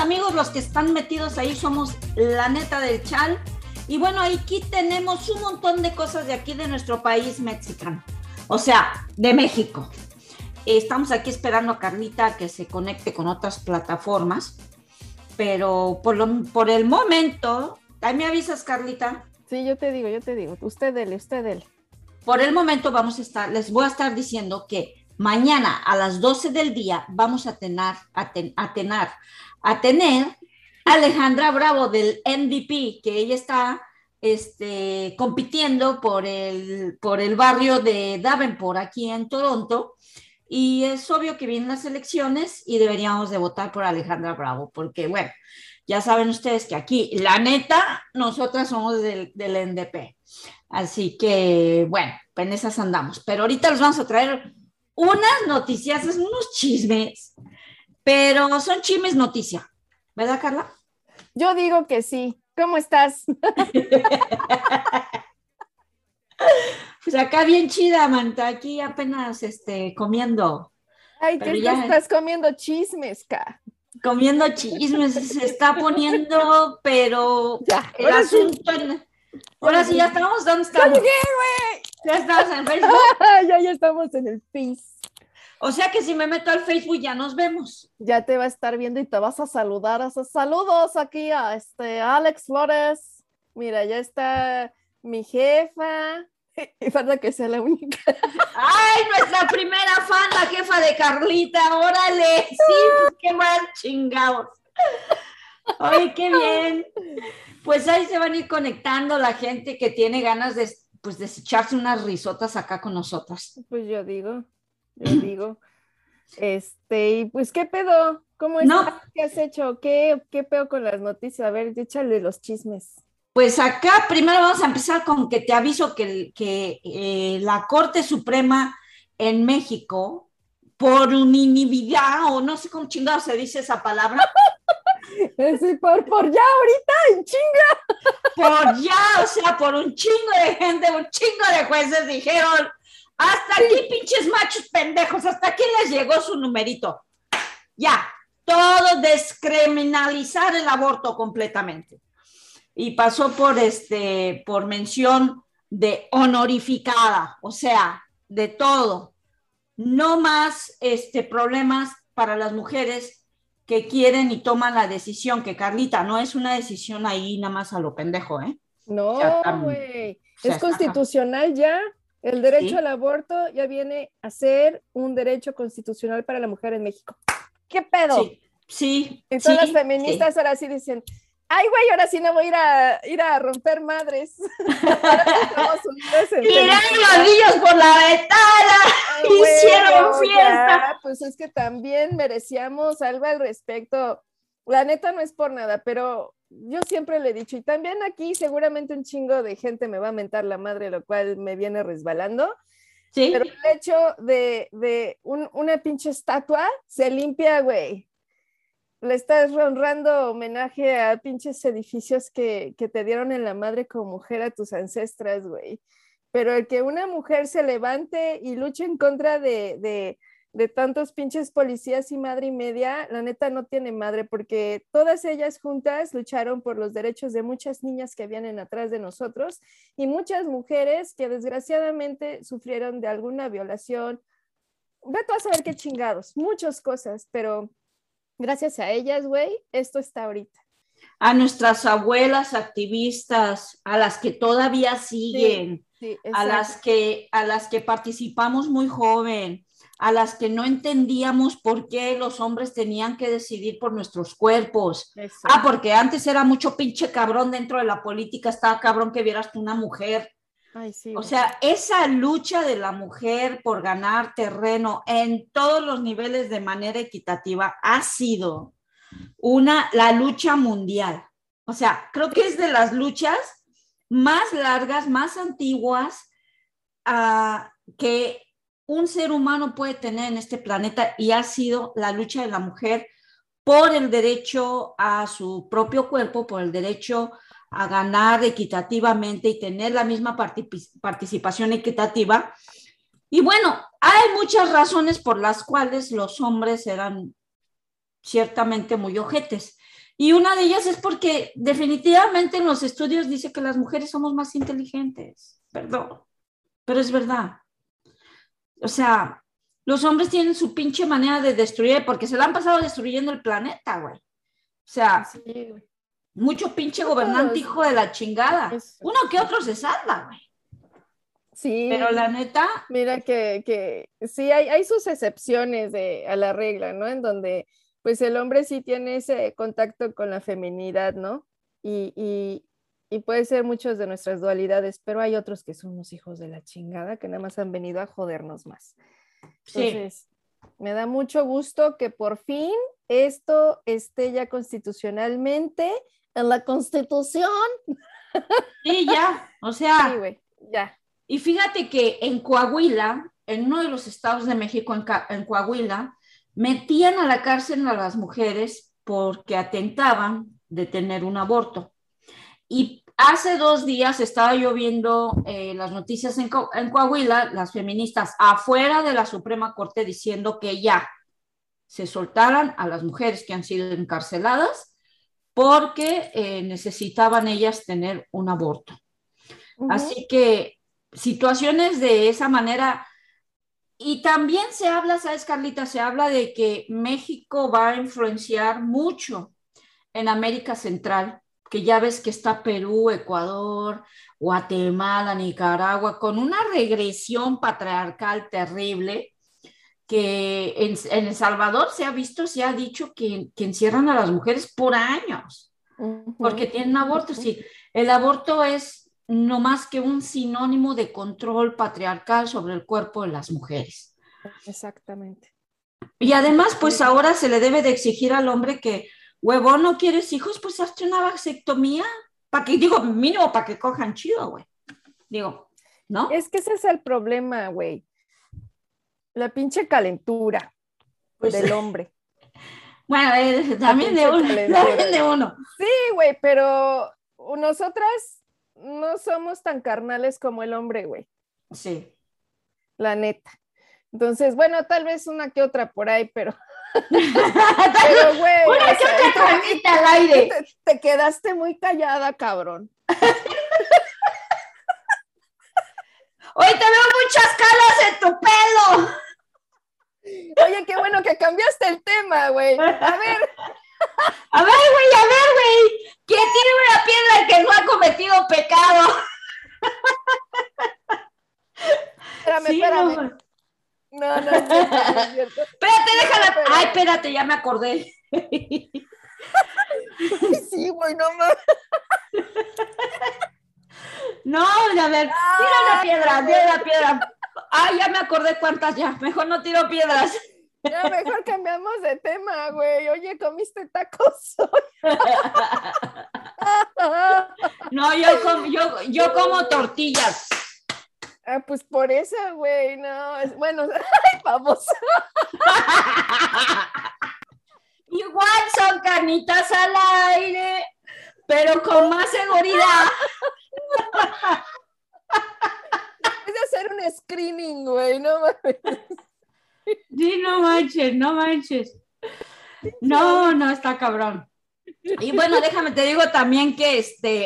amigos los que están metidos ahí, somos la neta del chal. Y bueno, aquí tenemos un montón de cosas de aquí de nuestro país mexicano, o sea, de México. Estamos aquí esperando a Carlita que se conecte con otras plataformas, pero por el momento, ahí me avisas, Carlita. Sí, yo te digo, usted dele. Por el momento les voy a estar diciendo que mañana a las 12 del día vamos a tener a Alejandra Bravo del MVP, que ella está compitiendo por el barrio de Davenport, aquí en Toronto, y es obvio que vienen las elecciones y deberíamos de votar por Alejandra Bravo, porque bueno, ya saben ustedes que aquí, la neta, nosotras somos del NDP. Así que, bueno, en esas andamos. Pero ahorita les vamos a traer unas noticias, unos chismes, pero son chismes noticia. ¿Verdad, Carla? Yo digo que sí. ¿Cómo estás? Pues acá bien chida, Manta. Aquí apenas comiendo. Ay, ¿qué estás comiendo? Chismes, Ka. Comiendo chismes, se está poniendo, pero ya, el asunto... Sí. Ahora sí, ya estamos. ¿Dónde estamos? ¡Ya llegué, güey! ¿Ya estamos en Facebook? ya estamos en el Face. O sea que si me meto al Facebook ya nos vemos. Ya te va a estar viendo y te vas a saludar. Saludos aquí a Alex Flores. Mira, ya está mi jefa. Y falta que sea la única. ¡Ay, nuestra primera fan, la jefa de Carlita! ¡Órale! Sí, pues qué mal chingados. ¡Ay, qué bien! Pues ahí se van a ir conectando la gente que tiene ganas de echarse unas risotas acá con nosotras. Pues yo digo. Y pues, ¿qué pedo? ¿Cómo estás? No. ¿Qué has hecho? ¿Qué pedo con las noticias? A ver, échale los chismes. Pues acá primero vamos a empezar con que te aviso que la Corte Suprema en México, por unanimidad, o no sé cómo chingado se dice esa palabra. Sí, por ya ahorita, en chinga. Por ya, o sea, por un chingo de gente, un chingo de jueces dijeron, hasta aquí pinches machos pendejos, hasta aquí les llegó su numerito. Ya, todo descriminalizar el aborto completamente. Y pasó por mención de honorificada, o sea, de todo. No más problemas para las mujeres que quieren y toman la decisión, que Carlita, no es una decisión ahí nada más a lo pendejo, ¿eh? No, güey, es constitucional ya. El derecho al aborto ya viene a ser un derecho constitucional para la mujer en México. ¿Qué pedo? Sí. Entonces las feministas ahora sí dicen, ay, güey, ahora sí no voy a ir a romper madres. Tiraron los niños por la ventana, hicieron fiesta. Ya, pues es que también merecíamos algo al respecto. La neta no es por nada, pero yo siempre le he dicho, y también aquí seguramente un chingo de gente me va a mentar la madre, lo cual me viene resbalando. Sí. Pero el hecho de una pinche estatua se limpia, güey. Le estás honrando homenaje a pinches edificios que te dieron en la madre como mujer a tus ancestras, güey. Pero el que una mujer se levante y luche en contra de tantos pinches policías y madre y media, la neta no tiene madre, porque todas ellas juntas lucharon por los derechos de muchas niñas que vienen atrás de nosotros y muchas mujeres que desgraciadamente sufrieron de alguna violación. Vete a saber qué chingados, muchas cosas, pero gracias a ellas, güey, esto está ahorita. A nuestras abuelas activistas, a las que todavía siguen, sí, a las que participamos muy joven, a las que no entendíamos por qué los hombres tenían que decidir por nuestros cuerpos. Exacto. Porque antes era mucho pinche cabrón dentro de la política, estaba cabrón que vieras tú una mujer. Ay, sí, o sea, esa lucha de la mujer por ganar terreno en todos los niveles de manera equitativa ha sido la lucha mundial. O sea, creo que es de las luchas más largas, más antiguas que un ser humano puede tener en este planeta, y ha sido la lucha de la mujer por el derecho a su propio cuerpo, por el derecho a ganar equitativamente y tener la misma participación equitativa. Y bueno, hay muchas razones por las cuales los hombres eran ciertamente muy ojetes, Y una de ellas es porque definitivamente en los estudios dice que las mujeres somos más inteligentes. Perdón, pero es verdad. O sea, los hombres tienen su pinche manera de destruir porque se la han pasado destruyendo el planeta, güey. O sea, Sí, güey. mucho pinche No gobernante todos. hijo de la chingada. Eso. Uno que otro se salva, güey. Pero Sí, la neta, mira que sí hay sus excepciones a la regla, ¿no? En donde pues el hombre sí tiene ese contacto con la feminidad, ¿no? Y puede ser muchos de nuestras dualidades, pero hay otros que son unos hijos de la chingada que nada más han venido a jodernos más. sí. Entonces, me da mucho gusto que por fin esto esté ya constitucionalmente en la Constitución. Sí, ya. O Sí, sea, güey, ya. y fíjate que en Coahuila, en uno de los estados de México, en Coahuila, metían a la cárcel a las mujeres porque atentaban de tener un aborto. Y hace 2 días estaba yo viendo las noticias en Coahuila, las feministas afuera de la Suprema Corte diciendo que ya se soltaran a las mujeres que han sido encarceladas porque necesitaban ellas tener un aborto. Ujú. Así que situaciones de esa manera. Y también se habla, ¿sabes, Carlita? Se habla de que México va a influenciar mucho en América Central, que ya ves que está Perú, Ecuador, Guatemala, Nicaragua, con una regresión patriarcal terrible, que en El Salvador se ha visto, se ha dicho que encierran a las mujeres por años, porque Ujú, tienen abortos. ujú. Sí, el aborto es no más que un sinónimo de control patriarcal sobre el cuerpo de las mujeres. Exactamente. Y además, pues Sí, ahora se le debe de exigir al hombre que, huevón, no quieres hijos, pues hazte una vasectomía. Para que, digo, mínimo para que cojan chido, güey. Digo, ¿no? es que ese es el problema, güey. La pinche calentura Pues, del hombre. bueno, La también de pinche uno, también calentura. de uno. Sí, güey, pero nosotras no somos tan carnales como el hombre, güey. Sí. La neta. Entonces, bueno, tal vez una que otra por ahí, pero, Una pero, güey, o que sea, otra carnita al aire. te quedaste muy callada, cabrón. Hoy te veo muchas calas en tu pelo. Oye, qué bueno que cambiaste el tema, güey. A ver, A ver, güey. ¿Quién tiene una piedra que no ha cometido pecado? espérame, Sí, no, espérame. güey. No, no es cierto, no es cierto. Espérate, No, déjala. Ay, pero espérate, ya me acordé. sí, güey, no mames. No, a ver, tira una piedra. Ay, ya me acordé cuántas ya. Mejor no tiro piedras. Ya mejor cambiamos de tema, güey. Oye, ¿comiste tacos hoy? No, yo como tortillas. Ah, pues por eso, güey, no. Bueno, ay, vamos. Igual son carnitas al aire, pero con más seguridad. Es de hacer un screening, güey, no mames. Sí, no manches, no manches. No, no, está cabrón. Y bueno, déjame, te digo también que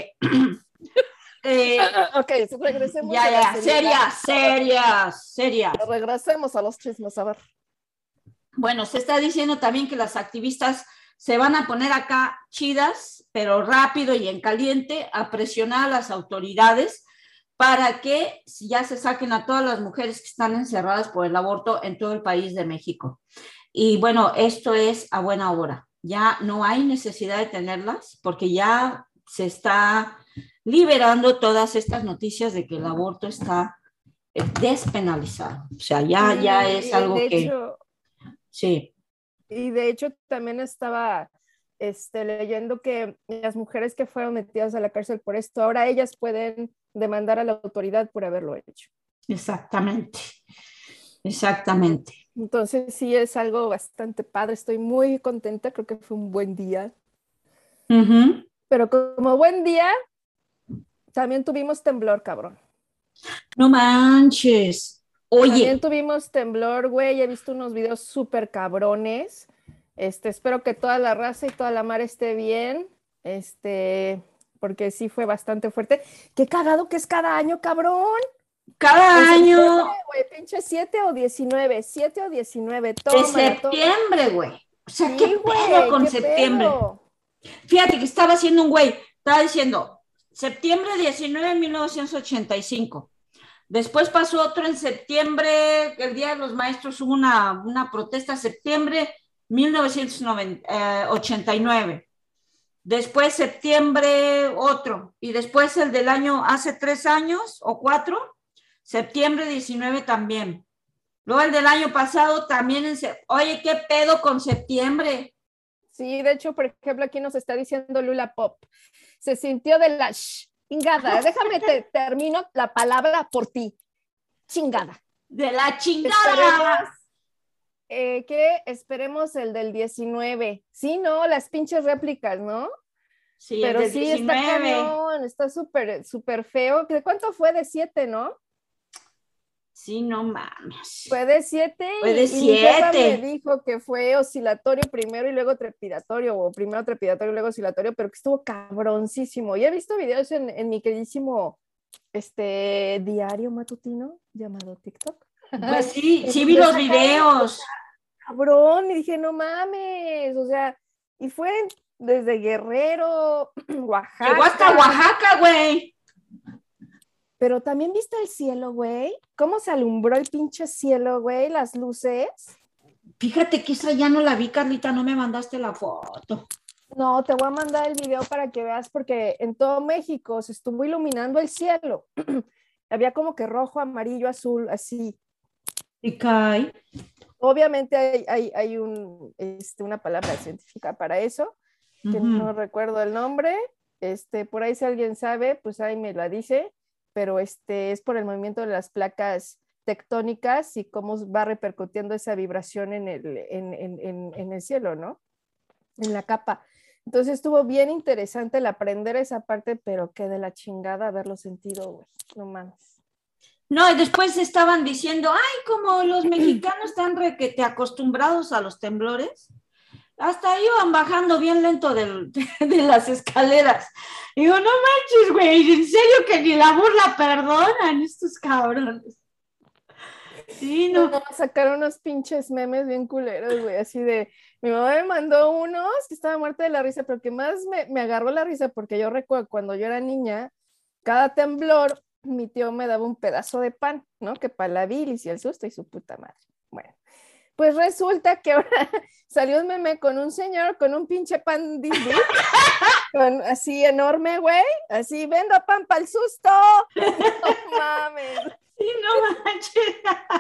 Ok, regresemos a la ya, seriedad. serias. Regresemos a los chismes, a ver. Bueno, se está diciendo también que las activistas se van a poner acá chidas, pero rápido y en caliente, a presionar a las autoridades para que ya se saquen a todas las mujeres que están encerradas por el aborto en todo el país de México. Y bueno, esto es a buena hora. Ya no hay necesidad de tenerlas porque ya se está liberando todas estas noticias de que el aborto está despenalizado. O sea, ya es De algo que, hecho, sí. y de hecho también estaba leyendo que las mujeres que fueron metidas a la cárcel por esto, ahora ellas pueden demandar a la autoridad por haberlo hecho. Exactamente, exactamente. Entonces sí es algo bastante padre, estoy muy contenta, creo que fue un buen día. Ujú. Pero como buen día, también tuvimos temblor, cabrón. No manches. También Oye, tuvimos temblor, güey, he visto unos videos súper cabrones Espero que toda la raza y toda la mar esté bien, porque sí fue bastante fuerte. Qué cagado que es cada año, cabrón. En Cada septiembre, año güey, pinche 7 o 19, de tómala, tómala. septiembre, güey. O sea, ¿qué Sí, pedo güey, con qué septiembre? pedo. Fíjate que estaba haciendo un güey, estaba diciendo septiembre 19 de 1985. Después pasó otro en septiembre, el Día de los Maestros hubo una protesta, septiembre 1989. Después septiembre otro. Y después el del año, hace 3 años o 4, septiembre 19 también. Luego el del año pasado también oye, ¿qué pedo con septiembre? Sí, de hecho, por ejemplo, aquí nos está diciendo Lula Pop. Se sintió de la chingada. Déjame termino la palabra por ti. Chingada. De la Esperemos chingada. esperemos el del 19. Sí, no, las pinches réplicas, ¿no? Sí, el Pero del sí, está 19. cañón, está súper, súper feo. ¿De cuánto fue? De 7, ¿no? Sí, no mames. Fue de 7 Fue de y mi jefa me 7. dijo que fue oscilatorio primero y luego trepidatorio, o primero trepidatorio y luego oscilatorio, pero que estuvo cabroncísimo. Y he visto videos en mi queridísimo diario matutino llamado TikTok, Pues sí, en sí vi donde los sacaron videos. cabrón y dije, no mames, o sea, y fue desde Guerrero, Llegó hasta Oaxaca, Oaxaca, güey. pero también viste el cielo, güey, cómo se alumbró el pinche cielo, güey, las luces. Fíjate que esa ya no la vi, Carlita, no me mandaste la foto. No, te voy a mandar el video para que veas, porque en todo México se estuvo iluminando el cielo. Había como que rojo, amarillo, azul, así. Y cae. Obviamente hay una palabra científica para eso, que no recuerdo el nombre. Por ahí si alguien sabe, pues ahí me la dice, pero es por el movimiento de las placas tectónicas y cómo va repercutiendo esa vibración en el cielo, ¿no? En la capa. Entonces estuvo bien interesante el aprender esa parte, pero que de la chingada haberlo sentido, güey. No mames. No, y después estaban diciendo, ay, como los mexicanos están requete acostumbrados a los temblores, hasta iban bajando bien lento de las escaleras. Y digo, no manches, güey, en serio que ni la burla perdonan estos cabrones. Sí, No, no. sacaron unos pinches memes bien culeros, güey, así de, mi mamá me mandó unos que estaba muerta de la risa, pero que más me agarró la risa porque yo recuerdo cuando yo era niña, cada temblor, mi tío me daba un pedazo de pan, ¿no? Que para la bilis y el susto y su puta madre. Bueno, pues resulta que ahora salió un meme con un señor con un pinche pan disney, así enorme, güey, así, vendo pan para el susto. No mames. Sí, no manches.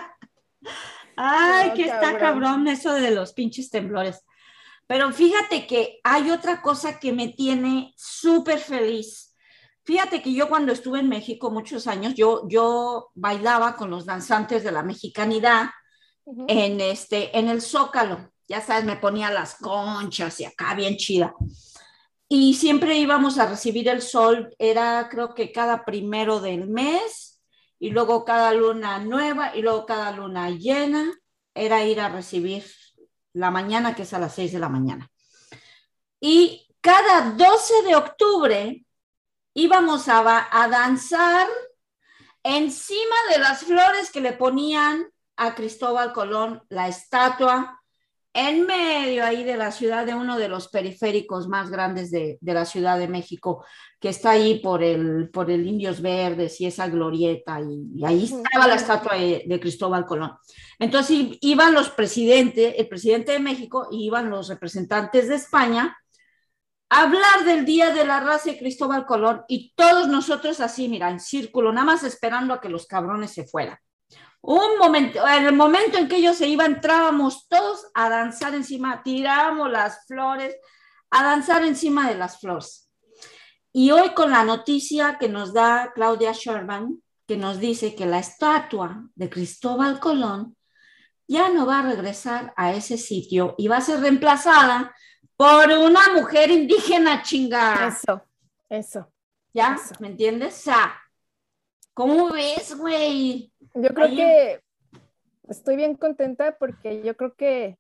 Ay, No, que está cabrón. cabrón eso de los pinches temblores. Pero fíjate que hay otra cosa que me tiene súper feliz. Fíjate que yo cuando estuve en México muchos años, yo bailaba con los danzantes de la mexicanidad Uh-huh. en el Zócalo. Ya sabes, me ponía las conchas y acá bien chida. Y siempre íbamos a recibir el sol, era creo que cada primero del mes, y luego cada luna nueva, y luego cada luna llena, era ir a recibir la mañana, que es a las 6 de la mañana. Y cada 12 de octubre íbamos a danzar encima de las flores que le ponían a Cristóbal Colón, la estatua en medio ahí de la ciudad, de uno de los periféricos más grandes de la Ciudad de México, que está ahí por el Indios Verdes y esa glorieta, y ahí estaba la estatua de Cristóbal Colón. Entonces iban los presidentes, el presidente de México, y iban los representantes de España a hablar del Día de la Raza de Cristóbal Colón, y todos nosotros así, mira, en círculo, nada más esperando a que los cabrones se fueran. Un momento, en el momento en que ellos se iban, entrábamos todos a danzar encima, tirábamos las flores, a danzar encima de las flores. Y hoy con la noticia que nos da Claudia Sherman, que nos dice que la estatua de Cristóbal Colón ya no va a regresar a ese sitio y va a ser reemplazada por una mujer indígena chingada. Eso. ¿Ya? Eso. ¿Me entiendes? O sea, ¿cómo ves, güey? Yo creo que estoy bien contenta porque yo creo que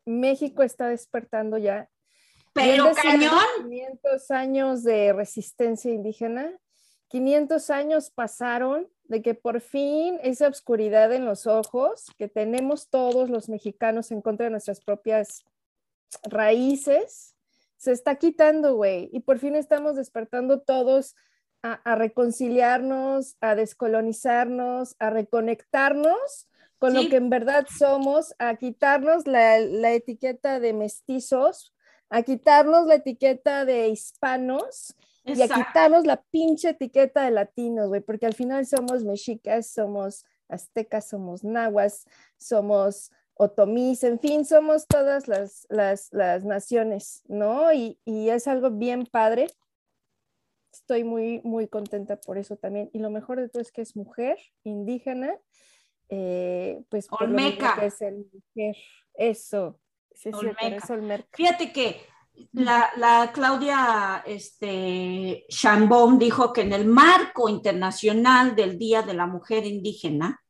México está despertando ya. Pero cañón. 500 años de resistencia indígena, 500 años pasaron de que por fin esa oscuridad en los ojos que tenemos todos los mexicanos en contra de nuestras propias raíces, se está quitando, güey. Y por fin estamos despertando todos a reconciliarnos, a descolonizarnos, a reconectarnos con lo que en verdad somos, a quitarnos la etiqueta de mestizos, a quitarnos la etiqueta de hispanos. Exacto. Y a quitarnos la pinche etiqueta de latinos, güey, porque al final somos mexicas, somos aztecas, somos nahuas, somos otomís, en fin, somos todas las naciones, ¿no? Y es algo bien padre. Estoy muy, muy contenta por eso también. Y lo mejor de todo es que es mujer, indígena, pues por lo mismo que es el mujer. Eso, sí, es Olmeca. Fíjate que la Claudia Sheinbaum dijo que en el marco internacional del Día de la Mujer Indígena,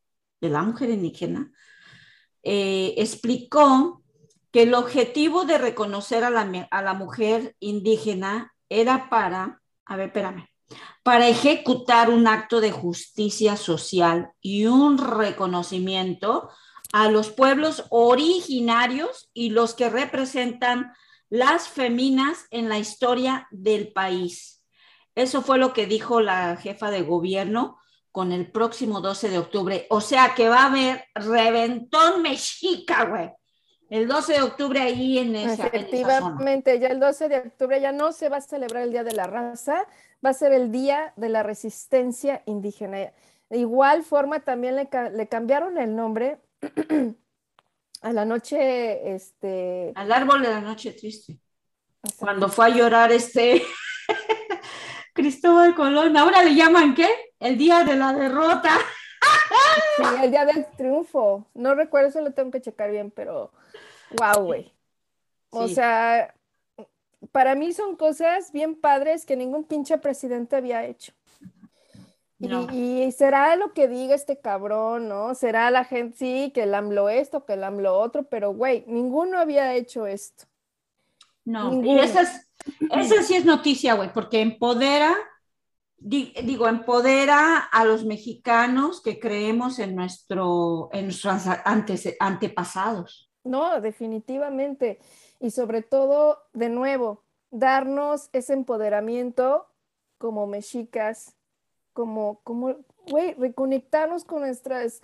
explicó que el objetivo de reconocer a la mujer indígena era para ejecutar un acto de justicia social y un reconocimiento a los pueblos originarios y los que representan las feminas en la historia del país. Eso fue lo que dijo la jefa de gobierno con el próximo 12 de octubre. O sea que va a haber reventón mexica, güey. El 12 de octubre ahí en esa Efectivamente, ya el 12 de octubre ya no se va a celebrar el Día de la Raza, va a ser el Día de la Resistencia Indígena. De igual forma también le cambiaron el nombre a la noche, al árbol de la noche triste. Cuando fue a llorar Cristóbal Colón, ahora le llaman ¿qué? El Día de la Derrota. Sí, el Día del Triunfo. No recuerdo, eso lo tengo que checar bien, pero wow, güey. O sea, para mí son cosas bien padres que ningún pinche presidente había hecho. No. Y será lo que diga este cabrón, ¿no? Será la gente, sí, que el AMLO esto, que el AMLO otro, pero güey, ninguno había hecho esto. No, ninguno. Y esa sí es noticia, güey, porque empodera a los mexicanos que creemos en nuestros antepasados. No, definitivamente. Y sobre todo, de nuevo, darnos ese empoderamiento como mexicas, como, güey, reconectarnos con nuestras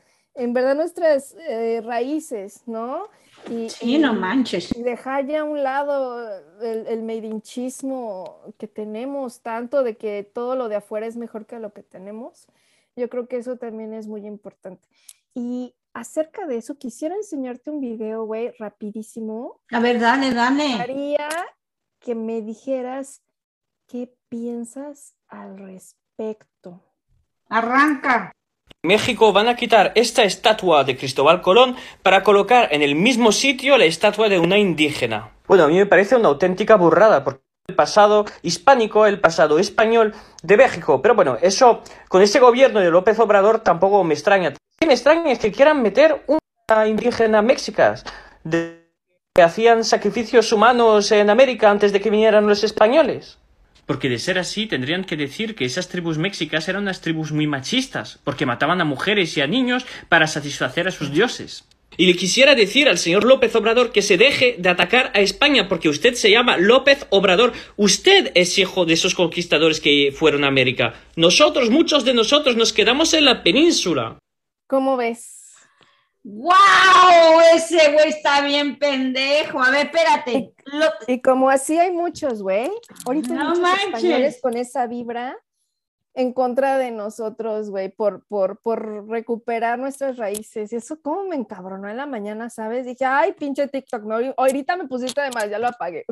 raíces, ¿no? Sí, no manches. Y dejar ya a un lado el meidinchismo que tenemos, tanto de que todo lo de afuera es mejor que lo que tenemos. Yo creo que eso también es muy importante. Y acerca de eso, quisiera enseñarte un video, güey, rapidísimo. A ver, dale. Quería que me dijeras qué piensas al respecto. Arranca. En México van a quitar esta estatua de Cristóbal Colón para colocar en el mismo sitio la estatua de una indígena. Bueno, a mí me parece una auténtica burrada, porque el pasado hispánico, el pasado español de México. Pero bueno, eso con ese gobierno de López Obrador tampoco me extraña. Lo que me extraña es que quieran meter una indígena mexicas que hacían sacrificios humanos en América antes de que vinieran los españoles. Porque de ser así tendrían que decir que esas tribus mexicas eran unas tribus muy machistas, porque mataban a mujeres y a niños para satisfacer a sus dioses. Y le quisiera decir al señor López Obrador que se deje de atacar a España, porque usted se llama López Obrador. Usted es hijo de esos conquistadores que fueron a América. Nosotros, muchos de nosotros, nos quedamos en la península. ¿Cómo ves? ¡Wow! Ese güey está bien pendejo. A ver, espérate. Y como así hay muchos, güey. Ahorita hay muchos españoles con esa vibra en contra de nosotros, güey, por recuperar nuestras raíces. Y eso como me encabronó en la mañana, ¿sabes? Dije, ay, pinche TikTok, no, ahorita me pusiste de más, ya lo apagué.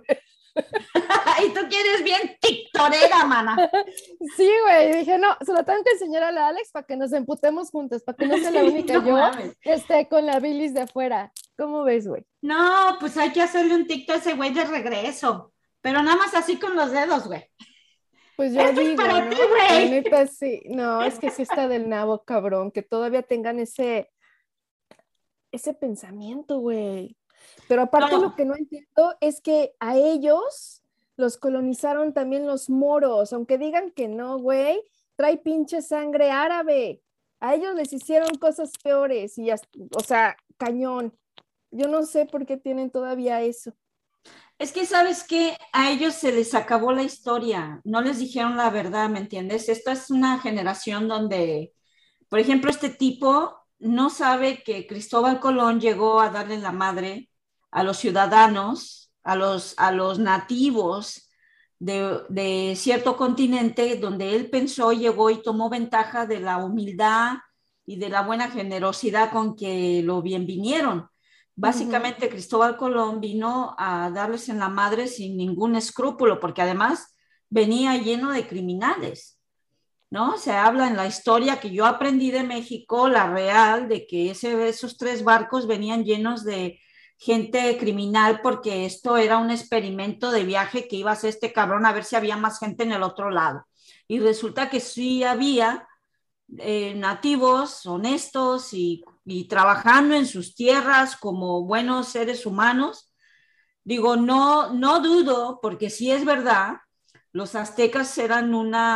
Y tú quieres bien tiktorera, mana. Sí, güey, dije, no, se lo tengo que enseñar a la Alex para que nos emputemos juntos, para que no sea la única que esté con la bilis de afuera. ¿Cómo ves, güey? No, pues hay que hacerle un TikTok a ese güey de regreso, pero nada más así con los dedos, güey. Pues yo digo, ¿no? La neta sí, no, es que sí está del nabo, cabrón, que todavía tengan ese pensamiento, güey. Pero aparte No, lo que no entiendo es que a ellos los colonizaron también los moros, aunque digan que no, güey, trae pinche sangre árabe. A ellos les hicieron cosas peores y, o sea, cañón. Yo no sé por qué tienen todavía eso. es que sabes que a ellos se les acabó la historia, no les dijeron la verdad, ¿me entiendes? Esta es una generación donde, por ejemplo, este tipo no sabe que Cristóbal Colón llegó a darle la madre a los ciudadanos, a los nativos de cierto continente donde él pensó, llegó y tomó ventaja de la humildad y de la buena generosidad con que lo bien vinieron. Ujú. Básicamente Cristóbal Colón vino a darles en la madre sin ningún escrúpulo, porque además venía lleno de criminales, ¿no? Se habla en la historia que yo aprendí de México, la real, de que esos 3 barcos venían llenos de gente criminal porque esto era un experimento de viaje que iba a hacer este cabrón a ver si había más gente en el otro lado. Y resulta que sí había nativos honestos y trabajando en sus tierras como buenos seres humanos. Digo, no, no dudo, porque sí es verdad, los aztecas eran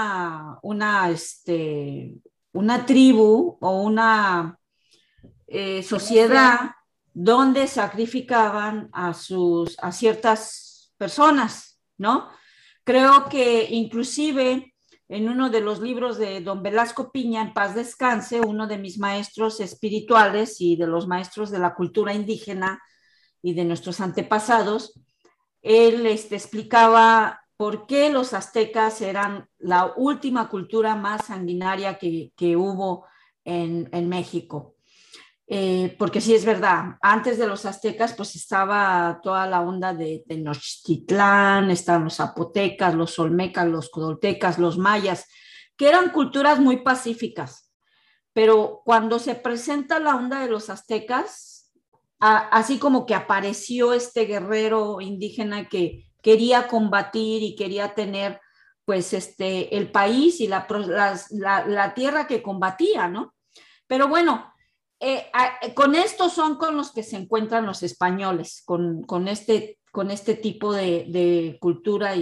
una tribu o una Nación. sociedad donde sacrificaban a ciertas personas, ¿no? Creo que inclusive en uno de los libros de don Velasco Piña, en paz descanse, uno de mis maestros espirituales y de los maestros de la cultura indígena y de nuestros antepasados, él explicaba por qué los aztecas eran la última cultura más sanguinaria que hubo en México. Porque sí es verdad, antes de los aztecas pues estaba toda la onda de Tenochtitlán, estaban los zapotecas, los olmecas, los toltecas, los mayas, que eran culturas muy pacíficas, pero cuando se presenta la onda de los aztecas, así como que apareció este guerrero indígena que quería combatir y quería tener pues el país y la tierra que combatía, ¿no? Pero bueno, con estos son con los que se encuentran los españoles, con este tipo de cultura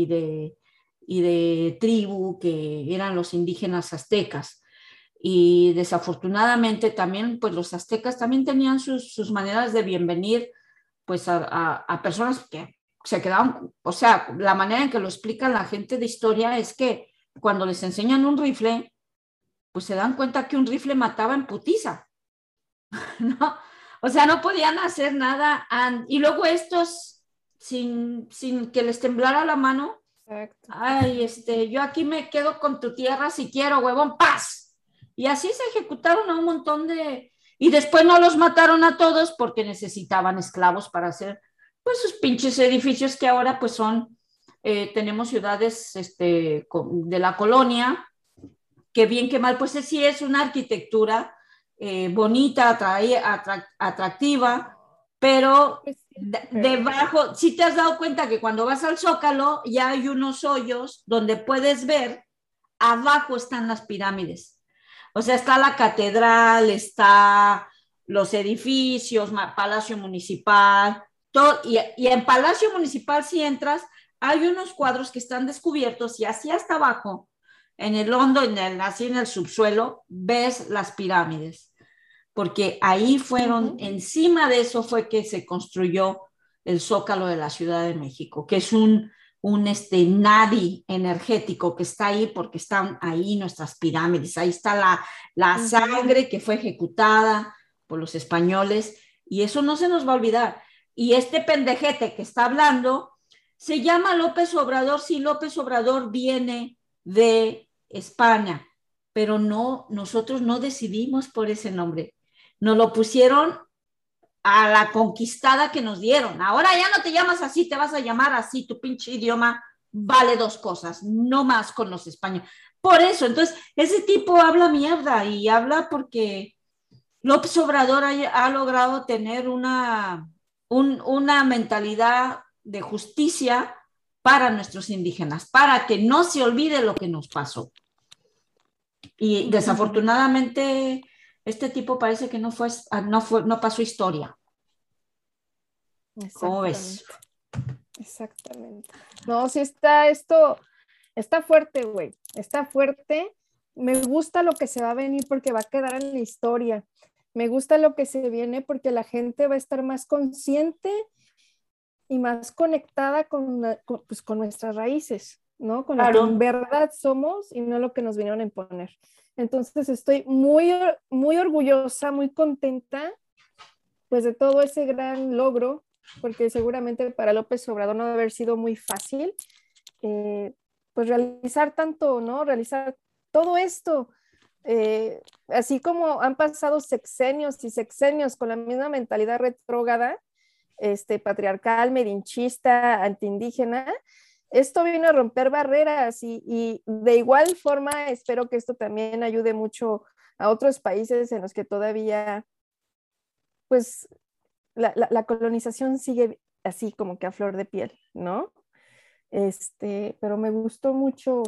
y de tribu que eran los indígenas aztecas. Y desafortunadamente también, pues los aztecas también tenían sus maneras de bienvenir, pues a personas que se quedaban, o sea, la manera en que lo explican la gente de historia es que cuando les enseñan un rifle, pues se dan cuenta que un rifle mataba en putiza. ¿No? O sea, no podían hacer nada. Y luego estos, sin que les temblara la mano, Exacto. ay, yo aquí me quedo con tu tierra si quiero, huevón, paz. Y así se ejecutaron a un montón de... Y después no los mataron a todos porque necesitaban esclavos para hacer, pues, sus pinches edificios que ahora, pues, tenemos ciudades, de la colonia, que bien que mal, pues sí es una arquitectura bonita, atractiva, pero Pues sí, pero debajo, si te has dado cuenta que cuando vas al Zócalo ya hay unos hoyos donde puedes ver, abajo están las pirámides. O sea, está la catedral, está los edificios, Palacio Municipal, todo, y en Palacio Municipal si entras, hay unos cuadros que están descubiertos y así hasta abajo en el hondo, así en el subsuelo, ves las pirámides, porque ahí fueron, ujú. encima de eso fue que se construyó el Zócalo de la Ciudad de México, que es un nadi energético que está ahí porque están ahí nuestras pirámides, ahí está la Ujú. sangre que fue ejecutada por los españoles y eso no se nos va a olvidar. Y este pendejete que está hablando se llama López Obrador, sí, López Obrador viene de España, pero no, nosotros no decidimos por ese nombre. Nos lo pusieron a la conquistada que nos dieron. Ahora ya no te llamas así, te vas a llamar así, tu pinche idioma vale 2 cosas, no más con los españoles. Por eso, entonces, ese tipo habla mierda y habla porque López Obrador ha logrado tener una mentalidad de justicia para nuestros indígenas, para que no se olvide lo que nos pasó. Y Ujú. desafortunadamente, este tipo parece que no pasó historia. ¿Cómo ves? Exactamente. No, sí está esto, está fuerte, güey, está fuerte. Me gusta lo que se va a venir porque va a quedar en la historia. Me gusta lo que se viene porque la gente va a estar más consciente y más conectada pues, con nuestras raíces, ¿no? Con lo que en Claro. verdad somos y no lo que nos vinieron a imponer. Entonces estoy muy, muy orgullosa, muy contenta, pues de todo ese gran logro, porque seguramente para López Obrador no debe haber sido muy fácil, pues realizar tanto, ¿no? Realizar todo esto. Así como han pasado sexenios y sexenios con la misma mentalidad retrógrada, patriarcal, medinchista, antiindígena, esto vino a romper barreras y de igual forma espero que esto también ayude mucho a otros países en los que todavía, pues, la colonización sigue así como que a flor de piel, ¿no? Pero me gustó mucho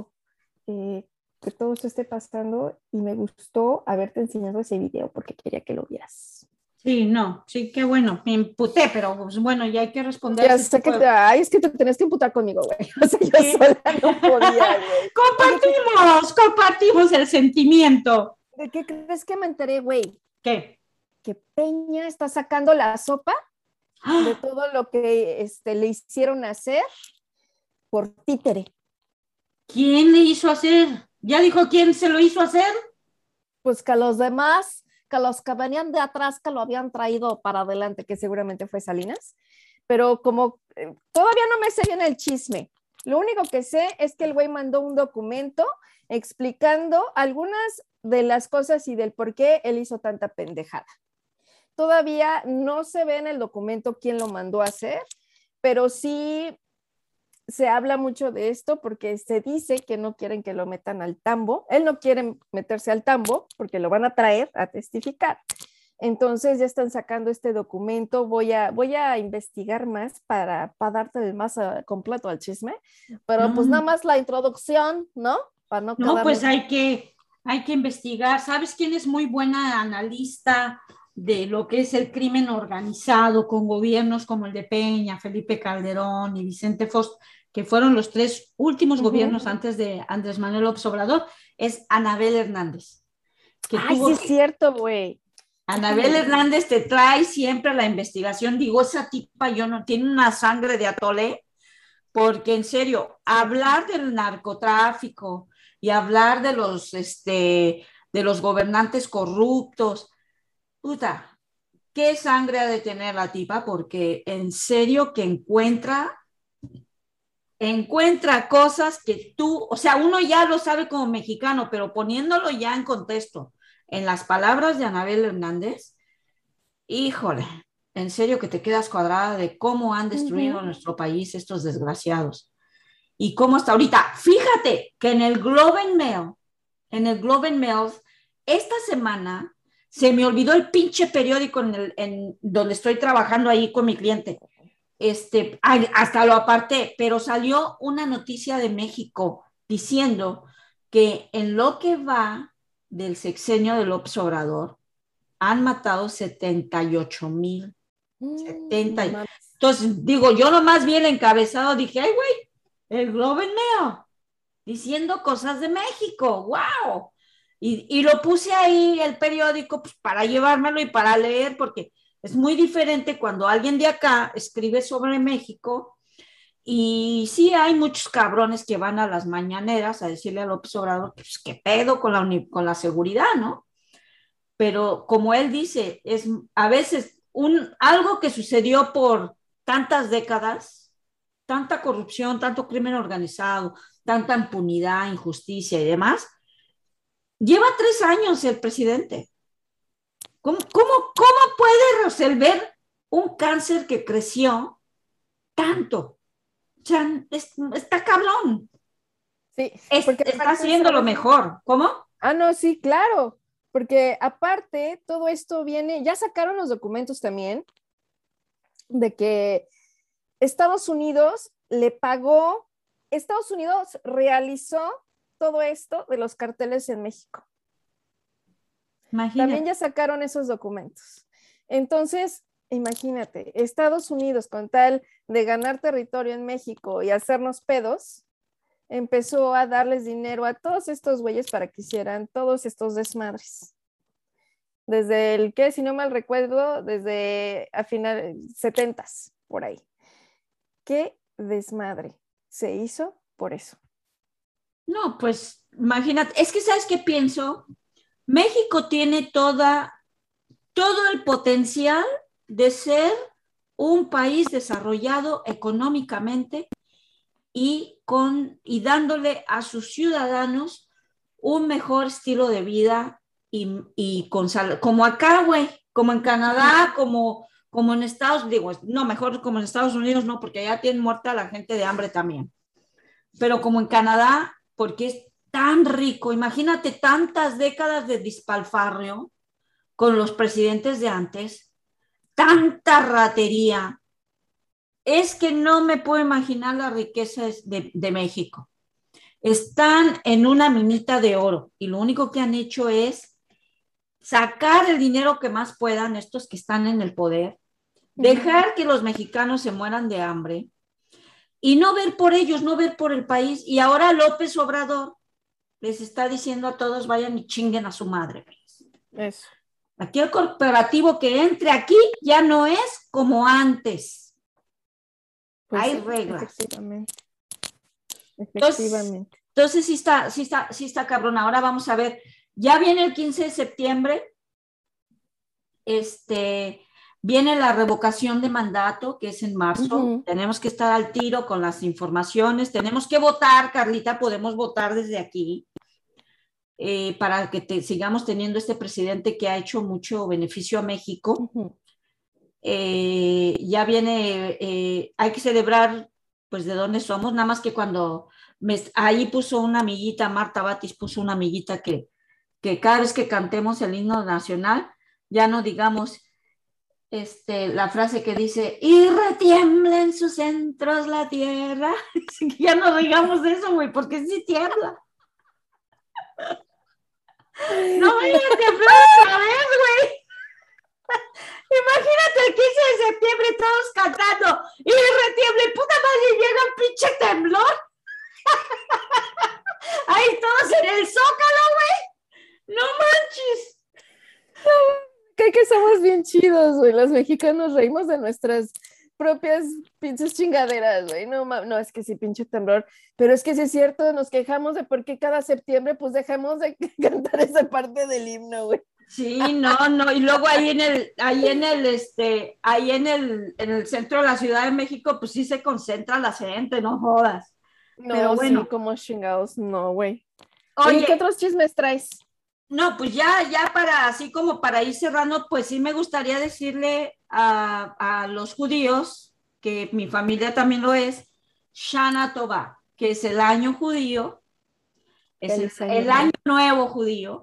que todo esto esté pasando y me gustó haberte enseñado ese video porque quería que lo vieras. Sí, no, sí, qué bueno, me imputé, pero pues, bueno, ya hay que responder Ya ese sé que, tipo de... ay, es que te tenés que imputar conmigo, güey. O sea, yo Sí. sola no podía, güey. Compartimos el sentimiento. ¿De qué crees que me enteré, güey? ¿Qué? Que Peña está sacando la sopa de ¡Ah! todo lo que le hicieron hacer por títere. ¿Quién le hizo hacer? ¿Ya dijo quién se lo hizo hacer? Pues que los demás, que los que venían de atrás, que lo habían traído para adelante, que seguramente fue Salinas, pero como todavía no me sé bien el chisme, lo único que sé es que el güey mandó un documento explicando algunas de las cosas y del por qué él hizo tanta pendejada. Todavía no se ve en el documento quién lo mandó a hacer, pero sí se habla mucho de esto porque se dice que no quieren que lo metan al tambo. Él no quiere meterse al tambo porque lo van a traer a testificar. Entonces ya están sacando este documento. Voy a investigar más para darte el más completo al chisme. Pero pues nada No, más la introducción, ¿no? Para no no, pues quedarnos. hay que investigar. ¿Sabes quién es muy buena analista de lo que es el crimen organizado con gobiernos como el de Peña, Felipe Calderón y Vicente Fox, que fueron los tres últimos gobiernos antes de Andrés Manuel López Obrador? Es Anabel Hernández, que Ay, sí tuvo es que... cierto, güey. Anabel Hernández te trae siempre la investigación. Digo, esa tipa yo no tiene una sangre de atole, porque en serio, hablar del narcotráfico y hablar de los gobernantes corruptos, puta, qué sangre ha de tener la tipa, porque en serio que encuentra cosas que tú, o sea, uno ya lo sabe como mexicano, pero poniéndolo ya en contexto, en las palabras de Anabel Hernández, híjole, en serio que te quedas cuadrada de cómo han destruido nuestro país estos desgraciados. Y cómo hasta ahorita, fíjate que en el Globe and Mail, esta semana se me olvidó el pinche periódico en donde estoy trabajando ahí con mi cliente. Hasta lo aparté, pero salió una noticia de México diciendo que en lo que va del sexenio de López Obrador han matado 78,000. 70. No mames. Entonces, digo, yo nomás vi el encabezado, dije, ay, güey, el Globe and Mail, diciendo cosas de México, wow. Y lo puse ahí, el periódico, pues, para llevármelo y para leer, porque es muy diferente cuando alguien de acá escribe sobre México. Y sí, hay muchos cabrones que van a las mañaneras a decirle a López Obrador, pues, qué pedo con la seguridad, ¿no? Pero como él dice, es a veces algo que sucedió por tantas décadas, tanta corrupción, tanto crimen organizado, tanta impunidad, injusticia y demás. Lleva 3 años el presidente. ¿Cómo puede resolver un cáncer que creció tanto? O sea, está cabrón. Sí, porque Está aparte, haciendo lo ¿sabes? mejor. ¿Cómo? Ah, no, sí, claro, porque aparte todo esto viene, ya sacaron los documentos también de que Estados Unidos le pagó, Estados Unidos realizó todo esto de los carteles en México. También Imagínate. ya sacaron esos documentos. Entonces, imagínate, Estados Unidos con tal de ganar territorio en México y hacernos pedos, empezó a darles dinero a todos estos güeyes para que hicieran todos estos desmadres. Desde el que, si no mal recuerdo, desde a final 70s, por ahí. ¿Qué desmadre se hizo por eso? No, pues imagínate, es que ¿sabes qué pienso? México tiene todo el potencial de ser un país desarrollado económicamente y dándole a sus ciudadanos un mejor estilo de vida y como acá, güey, como en Canadá, como en Estados, digo, no, mejor como en Estados Unidos, no, porque allá tienen muerta a la gente de hambre también, pero como en Canadá, porque es tan rico, imagínate tantas décadas de despilfarro con los presidentes de antes, tanta ratería, es que no me puedo imaginar las riquezas de México. Están en una minita de oro y lo único que han hecho es sacar el dinero que más puedan estos que están en el poder, dejar que los mexicanos se mueran de hambre y no ver por ellos, no ver por el país. Y ahora López Obrador les está diciendo a todos vayan y chinguen a su madre. Eso. Aquí el corporativo que entre aquí ya no es como antes. Pues hay sí, reglas. Efectivamente. Entonces sí está cabrón. Ahora vamos a ver. Ya viene el 15 de septiembre. Viene la revocación de mandato, que es en marzo. Tenemos que estar al tiro con las informaciones. Tenemos que votar, Carlita. Podemos votar desde aquí. Para que sigamos teniendo este presidente que ha hecho mucho beneficio a México. Ya viene, hay que celebrar pues de dónde somos, nada más que cuando ahí puso una amiguita, Marta Batis puso una amiguita que cada vez que cantemos el himno nacional, ya no digamos la frase que dice, y retiembla en sus centros la tierra, ya no digamos eso, güey, porque sí tiembla. No vaya a temblar otra vez, güey. Imagínate el 15 de septiembre todos cantando y retiembla y puta madre llega un pinche temblor. Ahí todos en el zócalo, güey. No manches. Creo que somos bien chidos, güey. Los mexicanos reímos de nuestras propias pinches chingaderas, güey. No, es que sí, pinche temblor. Pero es que sí es cierto, nos quejamos de por qué cada septiembre pues dejamos de cantar esa parte del himno, güey. Sí, no, y luego ahí en el centro de la Ciudad de México, pues sí se concentra la gente, no jodas. No, pero bueno. Sí, como chingados, no, güey. Oye, ¿qué otros chismes traes? No, pues ya así como para ir cerrando, pues sí me gustaría decirle a los judíos, que mi familia también lo es, Shana Tova, que es el año judío, es el año nuevo judío.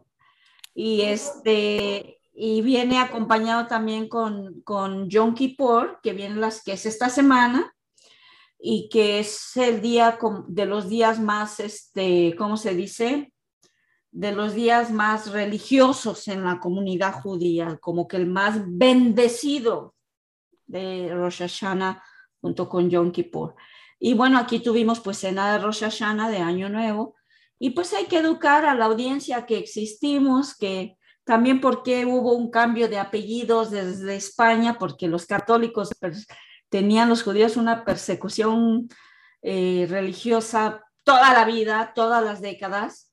Y viene acompañado también con Yom Kippur, que que es esta semana, y que es el día de los días más, ¿cómo se dice? De los días más religiosos en la comunidad judía, como que el más bendecido de Rosh Hashanah junto con Yom Kippur. Y bueno, aquí tuvimos pues cena de Rosh Hashanah de Año Nuevo, y pues hay que educar a la audiencia que existimos, que también porque hubo un cambio de apellidos desde España, porque los católicos tenían los judíos una persecución religiosa toda la vida, todas las décadas,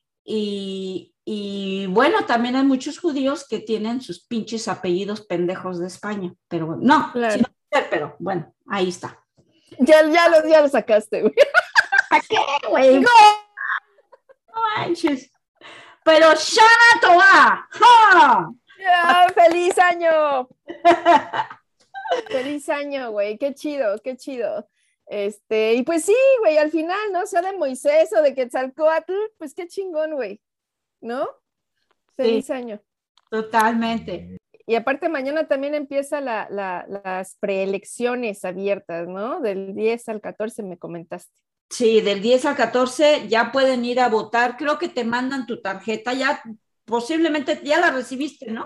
y bueno, también hay muchos judíos que tienen sus pinches apellidos pendejos de España, pero no, claro. Sí, pero bueno, ahí está. Ya lo sacaste, güey. ¿Para qué, güey? No manches. Pero Shana Tova. ¡Ja! ¡Feliz año! ¡Feliz año, güey! ¡Qué chido, qué chido! Y pues sí, güey, al final, ¿no? Sea de Moisés o de Quetzalcóatl, pues qué chingón, güey, ¿no? Feliz año. Totalmente. Y aparte mañana también empieza las preelecciones abiertas, ¿no? Del 10 al 14 me comentaste. Sí, del 10 al 14 ya pueden ir a votar. Creo que te mandan tu tarjeta, ya posiblemente ya la recibiste, ¿no? Ya,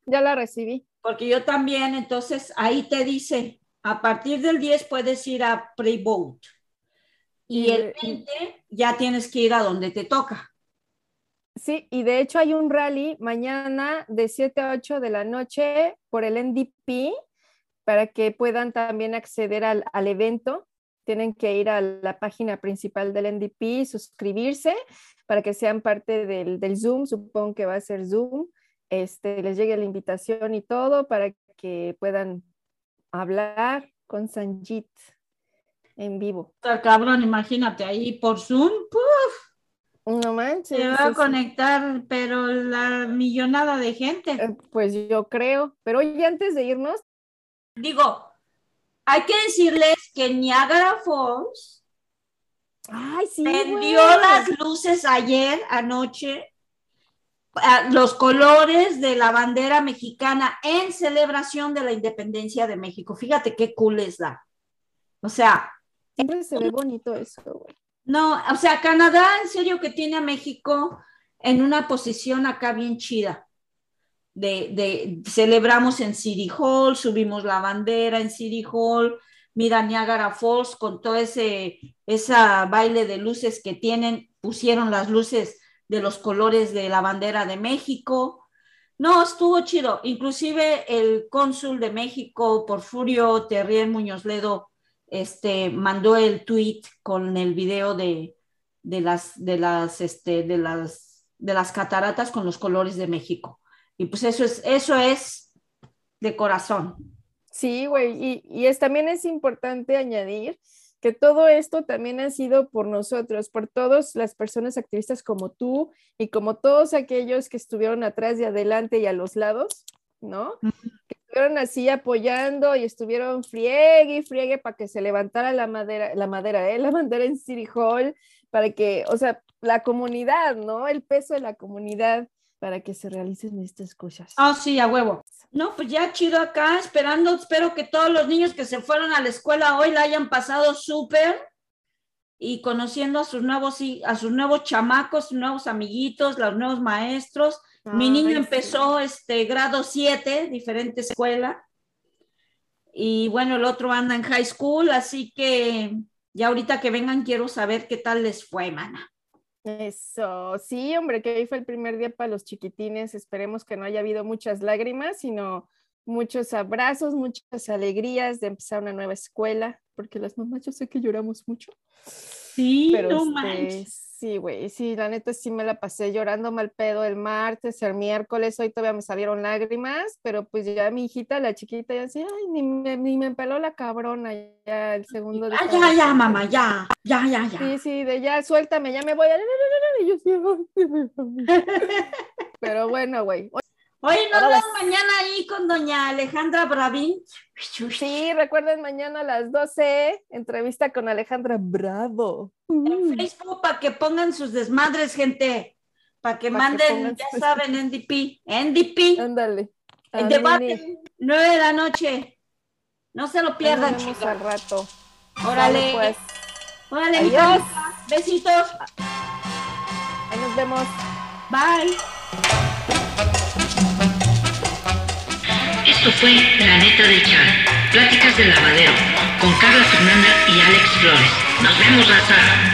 ya la recibí. Porque yo también, entonces ahí te dice, a partir del 10 puedes ir a pre-vote. Y el 20 ya tienes que ir a donde te toca. Sí, y de hecho hay un rally mañana de 7 a 8 de la noche por el NDP para que puedan también acceder al evento. Tienen que ir a la página principal del NDP, suscribirse para que sean parte del Zoom, supongo que va a ser Zoom. Les llegue la invitación y todo para que puedan hablar con Sanjit en vivo. Cabrón, imagínate ahí por Zoom, No manches. se va a conectar, pero la millonada de gente. Pues yo creo, pero oye, antes de irnos. Digo, hay que decirles que Niagara Falls prendió las luces ayer, anoche, los colores de la bandera mexicana en celebración de la independencia de México. Fíjate qué cool es la. O sea. Siempre se ve bonito eso, güey. No, o sea, Canadá en serio que tiene a México en una posición acá bien chida. Celebramos en City Hall, subimos la bandera en City Hall, mira Niagara Falls con todo esa baile de luces que tienen, pusieron las luces de los colores de la bandera de México. No, estuvo chido. Inclusive el cónsul de México, Porfirio Terrier Muñoz Ledo, mandó el tweet con el video de las cataratas con los colores de México. Y pues eso es de corazón. Sí, güey, también es importante añadir que todo esto también ha sido por nosotros, por todas las personas activistas como tú y como todos aquellos que estuvieron atrás y adelante y a los lados, ¿no? Que estuvieron así apoyando y estuvieron friegue y friegue para que se levantara la bandera en City Hall, para que, o sea, la comunidad, ¿no? El peso de la comunidad para que se realicen estas cosas. Ah, sí, a huevo. No, pues ya chido acá, espero que todos los niños que se fueron a la escuela hoy la hayan pasado súper y conociendo a sus nuevos chamacos, sus nuevos amiguitos, los nuevos maestros. Mi niño empezó grado 7, diferente escuela, y bueno, el otro anda en high school, así que ya ahorita que vengan quiero saber qué tal les fue, mana. Eso, sí, hombre, que hoy fue el primer día para los chiquitines. Esperemos que no haya habido muchas lágrimas, sino muchos abrazos, muchas alegrías de empezar una nueva escuela, porque las mamás yo sé que lloramos mucho. Sí, pero no manches. Sí, güey, sí, la neta sí me la pasé llorando mal pedo el martes, el miércoles, hoy todavía me salieron lágrimas, pero pues ya mi hijita, la chiquita, ya así, ay, ni me peló la cabrona, ya el segundo día. Ya, mamá, ya. Sí, de ya, suéltame, ya me voy. Y yo sí, pero bueno, güey. Oye, nos vemos mañana ahí con doña Alejandra Bravín. Sí, recuerden mañana a las 12, entrevista con Alejandra Bravo. En Facebook para que pongan sus desmadres, gente. Para que manden, ya saben, NDP. Ándale. El debate, 9 de la noche. No se lo pierdan, chicos. Nos vemos al rato. Órale. Pues. Órale, adiós. Besitos. Ahí nos vemos. Bye. Esto fue La Neta del Chal, Pláticas del Lavadero, con Carla Fernanda y Alex Flores. Nos vemos, raza.